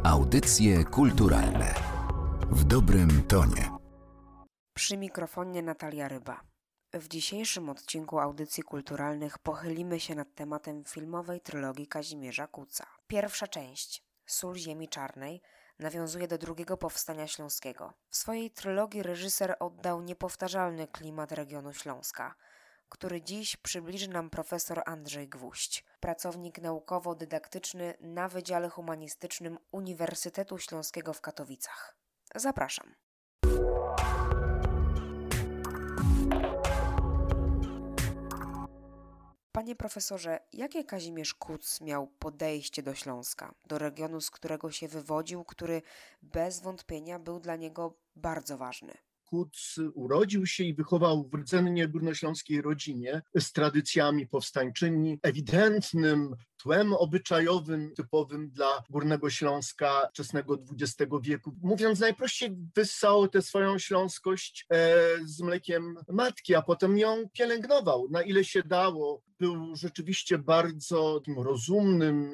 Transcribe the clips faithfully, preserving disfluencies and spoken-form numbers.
Audycje kulturalne w dobrym tonie. Przy mikrofonie Natalia Ryba. W dzisiejszym odcinku Audycji Kulturalnych pochylimy się nad tematem filmowej trylogii Kazimierza Kutza. Pierwsza część, Sól ziemi czarnej, nawiązuje do drugiego powstania śląskiego. W swojej trylogii reżyser oddał niepowtarzalny klimat regionu Śląska, który dziś przybliży nam profesor Andrzej Gwóźdź, pracownik naukowo-dydaktyczny na Wydziale Humanistycznym Uniwersytetu Śląskiego w Katowicach. Zapraszam. Panie profesorze, jakie Kazimierz Kutz miał podejście do Śląska, do regionu, z którego się wywodził, który bez wątpienia był dla niego bardzo ważny? Kutz urodził się i wychował w rdzennie górnośląskiej rodzinie z tradycjami powstańczymi, ewidentnym tłem obyczajowym, typowym dla Górnego Śląska wczesnego dwudziestego wieku. Mówiąc najprościej, wyssał tę swoją śląskość e, z mlekiem matki, a potem ją pielęgnował, na ile się dało. Był rzeczywiście bardzo rozumnym,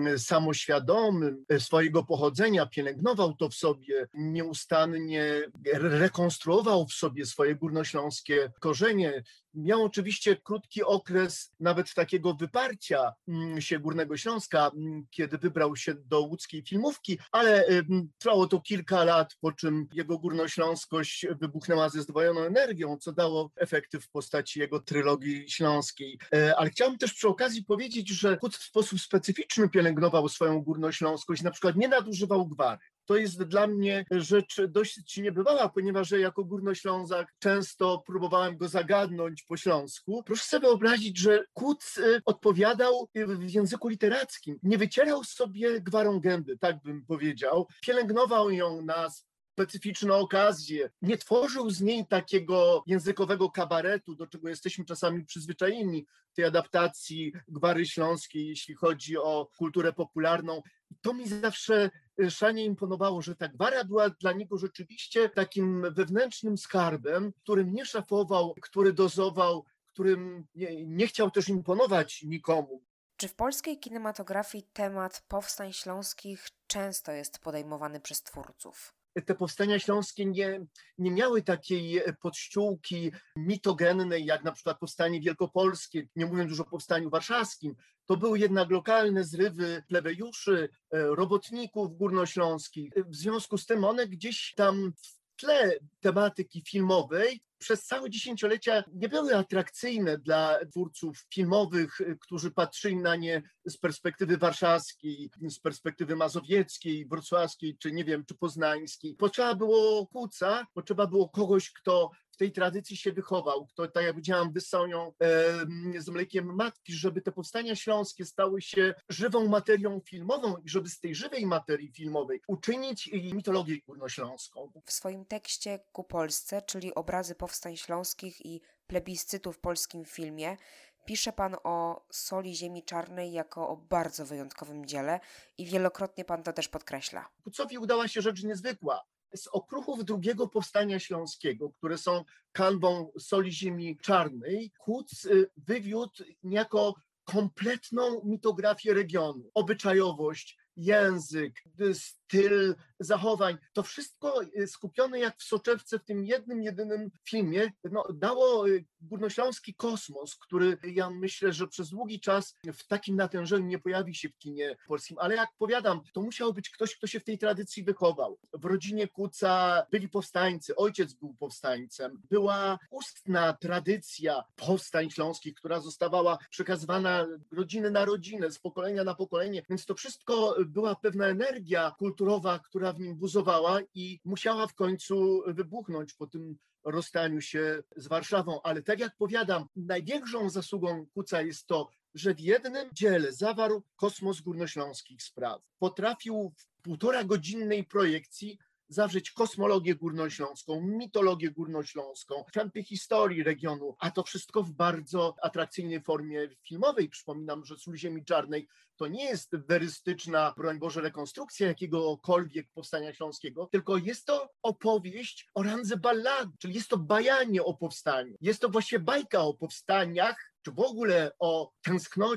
samoświadomym swojego pochodzenia, pielęgnował to w sobie, nieustannie rekonstruował w sobie swoje górnośląskie korzenie. Miał oczywiście krótki okres nawet takiego wyparcia się Górnego Śląska, kiedy wybrał się do łódzkiej filmówki, ale trwało to kilka lat, po czym jego górnośląskość wybuchnęła ze zdwojoną energią, co dało efekty w postaci jego trylogii śląskiej. Ale chciałbym też przy okazji powiedzieć, że Kutz w sposób specyficzny pielęgnował swoją górnośląskość, na przykład nie nadużywał gwary. To jest dla mnie rzecz dość niebywała, ponieważ jako Górnoślązak często próbowałem go zagadnąć po śląsku. Proszę sobie wyobrazić, że Kutz odpowiadał w języku literackim. Nie wycierał sobie gwarą gęby, tak bym powiedział. Pielęgnował ją na specyficzne okazje. Nie tworzył z niej takiego językowego kabaretu, do czego jesteśmy czasami przyzwyczajeni w tej adaptacji gwary śląskiej, jeśli chodzi o kulturę popularną. To mi zawsze szalenie imponowało, że ta gwara była dla niego rzeczywiście takim wewnętrznym skarbem, którym nie szafował, który dozował, którym nie, nie chciał też imponować nikomu. Czy w polskiej kinematografii temat powstań śląskich często jest podejmowany przez twórców? Te powstania śląskie nie, nie miały takiej podściółki mitogennej, jak na przykład powstanie wielkopolskie, nie mówiąc już o powstaniu warszawskim. To były jednak lokalne zrywy plebejuszy, robotników górnośląskich. W związku z tym one gdzieś tam w tle tematyki filmowej przez całe dziesięciolecia nie były atrakcyjne dla twórców filmowych, którzy patrzyli na nie z perspektywy warszawskiej, z perspektywy mazowieckiej, wrocławskiej, czy nie wiem, czy poznańskiej. Potrzeba było Kutza, potrzeba było kogoś, kto w tej tradycji się wychował, kto, tak jak powiedziałam, wyssał ją e, z mlekiem matki, żeby te powstania śląskie stały się żywą materią filmową i żeby z tej żywej materii filmowej uczynić mitologię górnośląską. W swoim tekście Ku Polsce, czyli obrazy powstań śląskich i plebiscytu w polskim filmie, pisze pan o Soli ziemi czarnej jako o bardzo wyjątkowym dziele i wielokrotnie pan to też podkreśla. Kutzowi udała się rzecz niezwykła. Z okruchów drugiego powstania śląskiego, które są kanwą Soli ziemi czarnej, Kutz wywiódł niejako kompletną mitografię regionu, obyczajowość, język, styl zachowań. To wszystko skupione jak w soczewce w tym jednym, jedynym filmie no, dało górnośląski kosmos, który ja myślę, że przez długi czas w takim natężeniu nie pojawi się w kinie polskim. Ale jak powiadam, to musiał być ktoś, kto się w tej tradycji wychował. W rodzinie Kutza byli powstańcy, ojciec był powstańcem. Była ustna tradycja powstań śląskich, która zostawała przekazywana rodziny na rodzinę, z pokolenia na pokolenie. Więc to wszystko była pewna energia kulturowa, która w nim buzowała i musiała w końcu wybuchnąć po tym rozstaniu się z Warszawą. Ale tak jak powiadam, największą zasługą Kutza jest to, że w jednym dziele zawarł kosmos górnośląskich spraw. Potrafił w półtora godzinnej projekcji zawrzeć kosmologię górnośląską, mitologię górnośląską, czerpie historii regionu, a to wszystko w bardzo atrakcyjnej formie filmowej. Przypominam, że Sól ziemi czarnej to nie jest werystyczna, broń Boże, rekonstrukcja jakiegokolwiek powstania śląskiego, tylko jest to opowieść o randze ballady, czyli jest to bajanie o powstaniu. Jest to właściwie bajka o powstaniach, czy w ogóle o tęsknocie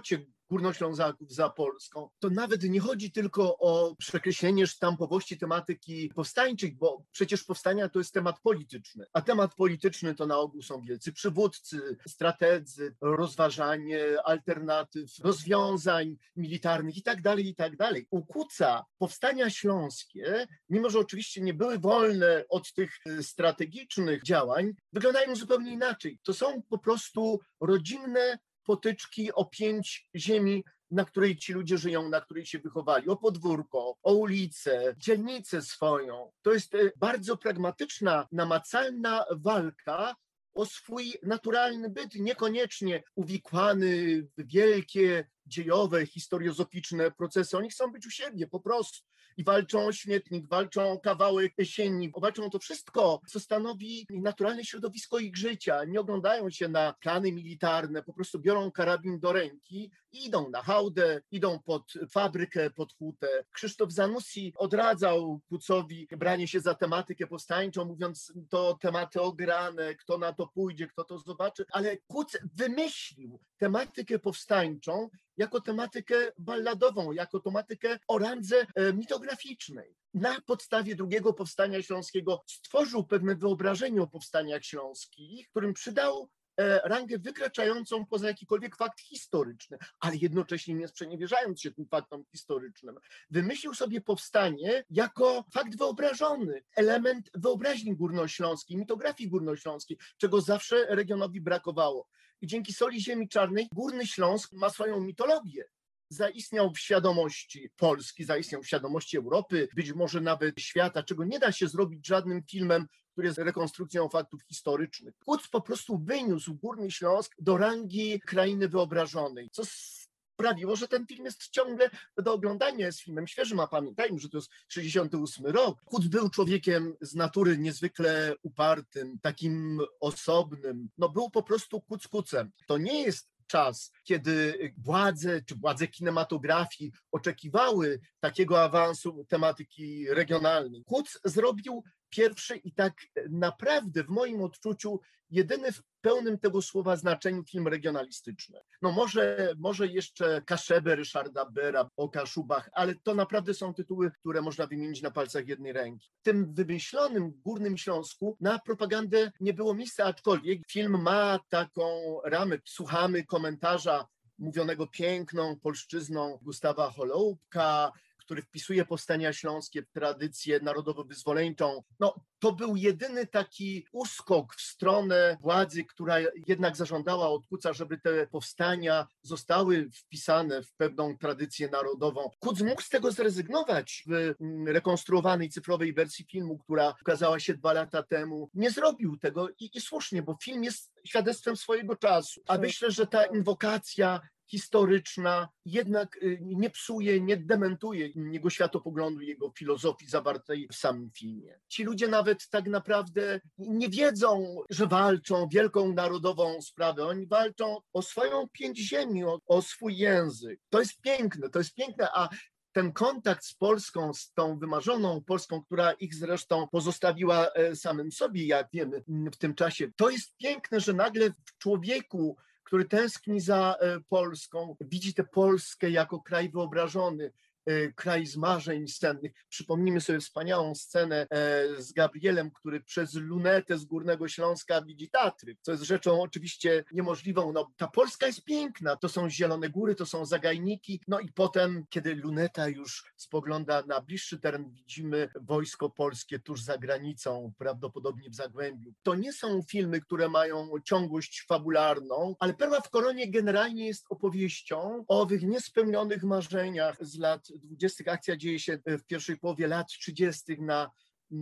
Górnoślązaków za Polską, to nawet nie chodzi tylko o przekreślenie sztampowości tematyki powstańczych, bo przecież powstania to jest temat polityczny, a temat polityczny to na ogół są wielcy przywódcy, strategzy, rozważanie alternatyw, rozwiązań militarnych i tak dalej, i tak dalej. U Kutza powstania śląskie, mimo że oczywiście nie były wolne od tych strategicznych działań, wyglądają zupełnie inaczej. To są po prostu rodzinne potyczki o pięć ziemi, na której ci ludzie żyją, na której się wychowali, o podwórko, o ulicę, dzielnicę swoją. To jest bardzo pragmatyczna, namacalna walka o swój naturalny byt, niekoniecznie uwikłany w wielkie, dziejowe, historiozoficzne procesy. Oni chcą być u siebie po prostu. I walczą o śmietnik, walczą o kawałek jesienni, walczą o to wszystko, co stanowi naturalne środowisko ich życia. Nie oglądają się na plany militarne, po prostu biorą karabin do ręki i idą na hałdę, idą pod fabrykę, pod hutę. Krzysztof Zanussi odradzał Kutzowi branie się za tematykę powstańczą, mówiąc, to tematy ograne, kto na to pójdzie, kto to zobaczy, ale Kutz wymyślił tematykę powstańczą jako tematykę balladową, jako tematykę o randze mitograficznej. Na podstawie drugiego powstania śląskiego stworzył pewne wyobrażenie o powstaniach śląskich, którym przydał rangę wykraczającą poza jakikolwiek fakt historyczny, ale jednocześnie nie sprzeniewierzając się tym faktom historycznym. Wymyślił sobie powstanie jako fakt wyobrażony, element wyobraźni górnośląskiej, mitografii górnośląskiej, czego zawsze regionowi brakowało. I dzięki soli ziemi czarnej Górny Śląsk ma swoją mitologię. Zaistniał w świadomości Polski, zaistniał w świadomości Europy, być może nawet świata, czego nie da się zrobić żadnym filmem, który jest rekonstrukcją faktów historycznych. Kutz po prostu wyniósł Górny Śląsk do rangi krainy wyobrażonej, co sprawiło, że ten film jest ciągle do oglądania, jest filmem świeżym, a pamiętajmy, że to jest sześćdziesiąty ósmy rok. Kutz był człowiekiem z natury niezwykle upartym, takim osobnym, no był po prostu Kutz Kutzem. To nie jest czas, kiedy władze czy władze kinematografii oczekiwały takiego awansu tematyki regionalnej. Kutz zrobił pierwszy i tak naprawdę w moim odczuciu jedyny w pełnym tego słowa znaczeniu film regionalistyczny. No może, może jeszcze Kaszebę Ryszarda Bera o Kaszubach, ale to naprawdę są tytuły, które można wymienić na palcach jednej ręki. W tym wymyślonym Górnym Śląsku na propagandę nie było miejsca, aczkolwiek film ma taką ramę. Słuchamy komentarza mówionego piękną polszczyzną Gustawa Holoubka, który wpisuje powstania śląskie w tradycję narodowo-wyzwoleńczą. No, to był jedyny taki uskok w stronę władzy, która jednak zażądała od Kutza, żeby te powstania zostały wpisane w pewną tradycję narodową. Kutz mógł z tego zrezygnować w rekonstruowanej cyfrowej wersji filmu, która ukazała się dwa lata temu. Nie zrobił tego i, i słusznie, bo film jest świadectwem swojego czasu. A myślę, że ta inwokacja historyczna jednak nie psuje, nie dementuje jego światopoglądu, jego filozofii zawartej w samym filmie. Ci ludzie nawet tak naprawdę nie wiedzą, że walczą o wielką narodową sprawę. Oni walczą o swoją pięć ziemi, o, o swój język. To jest piękne, to jest piękne, a ten kontakt z Polską, z tą wymarzoną Polską, która ich zresztą pozostawiła samym sobie, jak wiemy w tym czasie, to jest piękne, że nagle w człowieku, który tęskni za Polską, widzi tę Polskę jako kraj wyobrażony, kraj z marzeń sennych. Przypomnijmy sobie wspaniałą scenę z Gabrielem, który przez lunetę z Górnego Śląska widzi Tatry, co jest rzeczą oczywiście niemożliwą. No, ta Polska jest piękna, to są zielone góry, to są zagajniki, no i potem, kiedy luneta już spogląda na bliższy teren, widzimy wojsko polskie tuż za granicą, prawdopodobnie w Zagłębiu. To nie są filmy, które mają ciągłość fabularną, ale Perła w koronie generalnie jest opowieścią o owych niespełnionych marzeniach z lat dwudziestych. Akcja dzieje się w pierwszej połowie lat trzydziestych na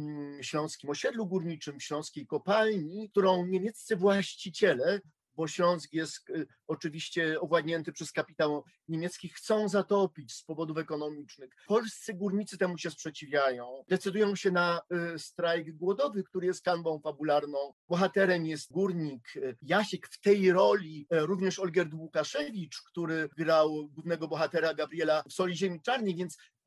śląskim osiedlu górniczym, śląskiej kopalni, którą niemieccy właściciele, bo Śląsk jest oczywiście owładnięty przez kapitał niemiecki, chcą zatopić z powodów ekonomicznych. Polscy górnicy temu się sprzeciwiają. Decydują się na strajk głodowy, który jest kanwą fabularną. Bohaterem jest górnik Jasiek, w tej roli również Olgierd Łukaszewicz, który grał głównego bohatera Gabriela w Soli ziemi czarnej, więc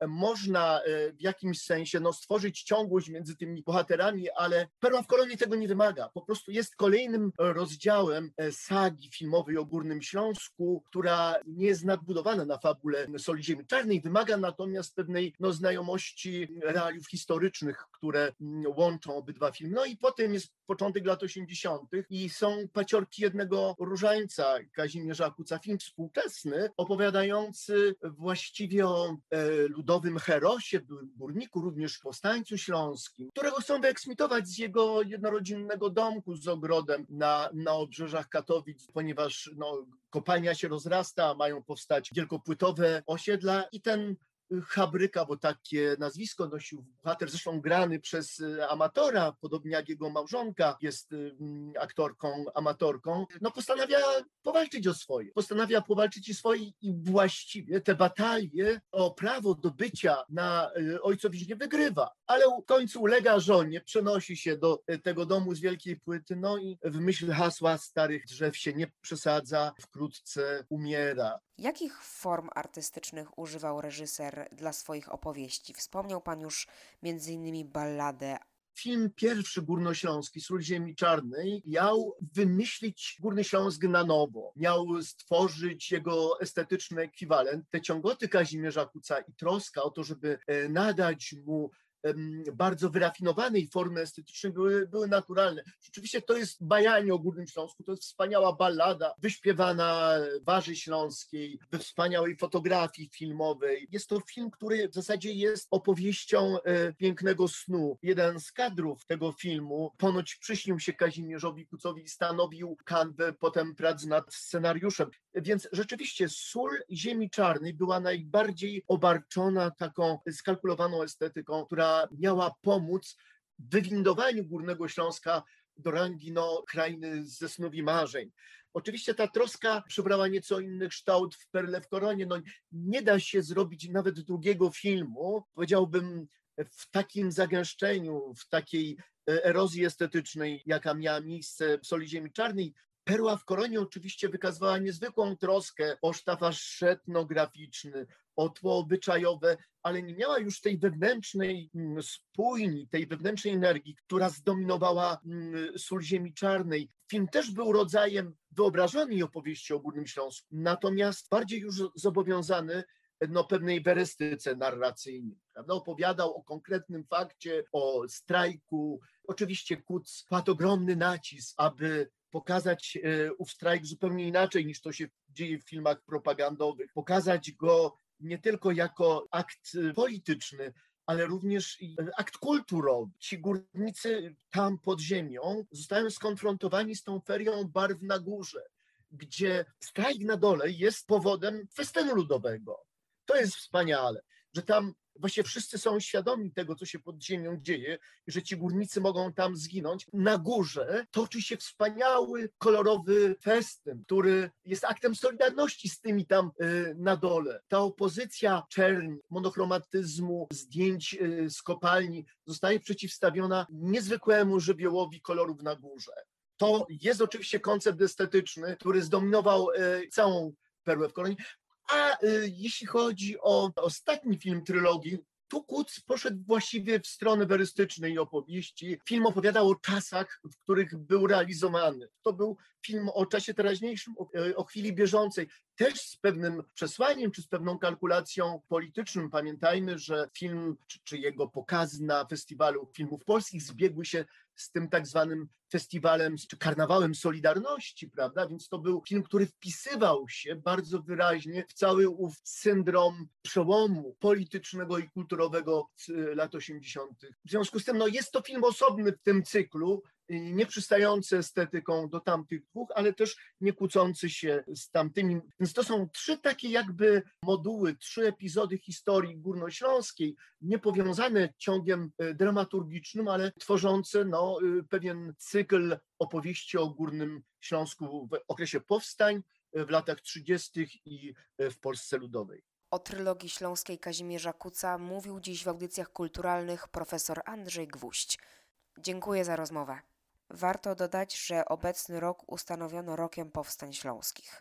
można w jakimś sensie no, stworzyć ciągłość między tymi bohaterami, ale Perła w koronie tego nie wymaga. Po prostu jest kolejnym rozdziałem sagi filmowej o Górnym Śląsku, która nie jest nadbudowana na fabule Soli Ziemi Czarnej, wymaga natomiast pewnej no, znajomości realiów historycznych, które łączą obydwa filmy. No i potem jest początek lat osiemdziesiątych i są Paciorki jednego różańca Kazimierza Kuca, film współczesny, opowiadający właściwie o e, ludowym herosie, byłym górniku, również powstańcu śląskim, którego chcą wyeksmitować z jego jednorodzinnego domku z ogrodem na, na obrzeżach Katowic, ponieważ no, kopalnia się rozrasta, mają powstać wielkopłytowe osiedla i ten Chabryka, bo takie nazwisko nosił bohater, zresztą grany przez amatora, podobnie jak jego małżonka, jest aktorką, amatorką, no postanawia powalczyć o swoje. Postanawia powalczyć o swoje i właściwie te batalie o prawo do bycia na ojcowiźnie wygrywa, ale w końcu ulega żonie, przenosi się do tego domu z wielkiej płyty, no i w myśl hasła starych drzew się nie przesadza, wkrótce umiera. Jakich form artystycznych używał reżyser dla swoich opowieści? Wspomniał pan już między innymi balladę. Film pierwszy górnośląski, Sól Ziemi Czarnej, miał wymyślić Górny Śląsk na nowo. Miał stworzyć jego estetyczny ekwiwalent. Te ciągoty Kazimierza Kuca i troska o to, żeby nadać mu bardzo wyrafinowanej formy estetycznej były, były naturalne. Rzeczywiście to jest bajanie o Górnym Śląsku, to jest wspaniała ballada wyśpiewana w Warzy Śląskiej, we wspaniałej fotografii filmowej. Jest to film, który w zasadzie jest opowieścią e, pięknego snu. Jeden z kadrów tego filmu ponoć przyśnił się Kazimierzowi Kucowi i stanowił kanwę potem prac nad scenariuszem. Więc rzeczywiście Sól Ziemi Czarnej była najbardziej obarczona taką skalkulowaną estetyką, która miała pomóc w wywindowaniu Górnego Śląska do rangi no, krainy ze snów i marzeń. Oczywiście ta troska przybrała nieco inny kształt w Perle w koronie. No, nie da się zrobić nawet drugiego filmu, powiedziałbym, w takim zagęszczeniu, w takiej erozji estetycznej, jaka miała miejsce w Soli Ziemi Czarnej. Perła w koronie oczywiście wykazywała niezwykłą troskę o sztafaż etnograficzny, o tło obyczajowe, ale nie miała już tej wewnętrznej spójni, tej wewnętrznej energii, która zdominowała Sól Ziemi Czarnej. Film też był rodzajem wyobrażonej opowieści o Górnym Śląsku, natomiast bardziej już zobowiązany no, pewnej werystyce narracyjnej. Prawda? Opowiadał o konkretnym fakcie, o strajku. Oczywiście Kuc kładł ogromny nacisk, aby pokazać ów strajk zupełnie inaczej niż to się dzieje w filmach propagandowych. Pokazać go nie tylko jako akt polityczny, ale również i akt kulturowy. Ci górnicy tam pod ziemią zostają skonfrontowani z tą ferią barw na górze, gdzie strajk na dole jest powodem festynu ludowego. To jest wspaniale, że tam właściwie wszyscy są świadomi tego, co się pod ziemią dzieje, że ci górnicy mogą tam zginąć. Na górze toczy się wspaniały, kolorowy festyn, który jest aktem solidarności z tymi tam y, na dole. Ta opozycja czerni, monochromatyzmu, zdjęć y, z kopalni zostaje przeciwstawiona niezwykłemu żywiołowi kolorów na górze. To jest oczywiście koncept estetyczny, który zdominował y, całą Perłę w koronie. A y, jeśli chodzi o ostatni film trylogii, tu Kuc poszedł właściwie w stronę werystycznej opowieści. Film opowiadał o czasach, w których był realizowany. To był film o czasie teraźniejszym, o, o chwili bieżącej, też z pewnym przesłaniem, czy z pewną kalkulacją polityczną. Pamiętajmy, że film, czy, czy jego pokazy na Festiwalu Filmów Polskich zbiegły się z tym tak zwanym festiwalem, czy karnawałem Solidarności, prawda? Więc to był film, który wpisywał się bardzo wyraźnie w cały ów syndrom przełomu politycznego i kulturowego lat osiemdziesiątych. W związku z tym no, jest to film osobny w tym cyklu, nie przystający estetyką do tamtych dwóch, ale też nie kłócący się z tamtymi. Więc to są trzy takie jakby moduły, trzy epizody historii górnośląskiej, niepowiązane ciągiem dramaturgicznym, ale tworzące no, pewien cykl opowieści o Górnym Śląsku w okresie powstań, w latach trzydziestych i w Polsce Ludowej. O trylogii śląskiej Kazimierza Kuca mówił dziś w audycjach kulturalnych profesor Andrzej Gwóźdź. Dziękuję za rozmowę. Warto dodać, że obecny rok ustanowiono rokiem powstań śląskich.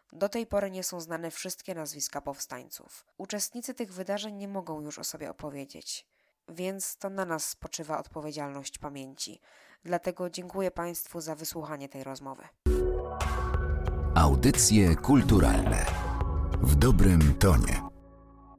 Do tej pory nie są znane wszystkie nazwiska powstańców. Uczestnicy tych wydarzeń nie mogą już o sobie opowiedzieć, więc to na nas spoczywa odpowiedzialność pamięci. Dlatego dziękuję Państwu za wysłuchanie tej rozmowy. Audycje kulturalne w dobrym tonie.